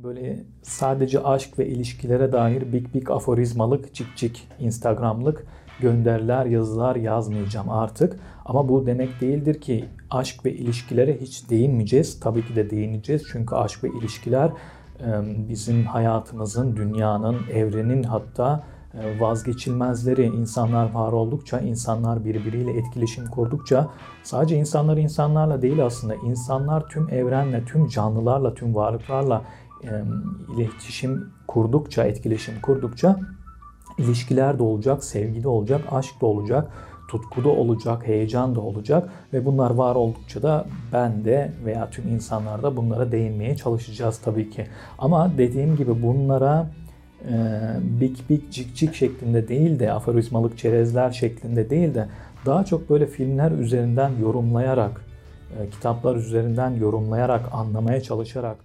Böyle sadece aşk ve ilişkilere dair big aforizmalık, cik Instagram'lık gönderiler, yazılar yazmayacağım artık. Ama bu demek değildir ki aşk ve ilişkilere hiç değinmeyeceğiz. Tabii ki de değineceğiz. Çünkü aşk ve ilişkiler bizim hayatımızın, dünyanın, evrenin hatta vazgeçilmezleri. İnsanlar var oldukça, insanlar birbiriyle etkileşim kurdukça sadece insanlarla değil aslında insanlar tüm evrenle, tüm canlılarla, tüm varlıklarla iletişim kurdukça, etkileşim kurdukça ilişkiler de olacak, sevgi de olacak, aşk da olacak, tutku da olacak, heyecan da olacak ve bunlar var oldukça da ben de veya tüm insanlar da bunlara değinmeye çalışacağız tabii ki. Ama dediğim gibi bunlara big cik şeklinde değil de aforizmalık çerezler şeklinde değil de daha çok böyle filmler üzerinden yorumlayarak, kitaplar üzerinden yorumlayarak, anlamaya çalışarak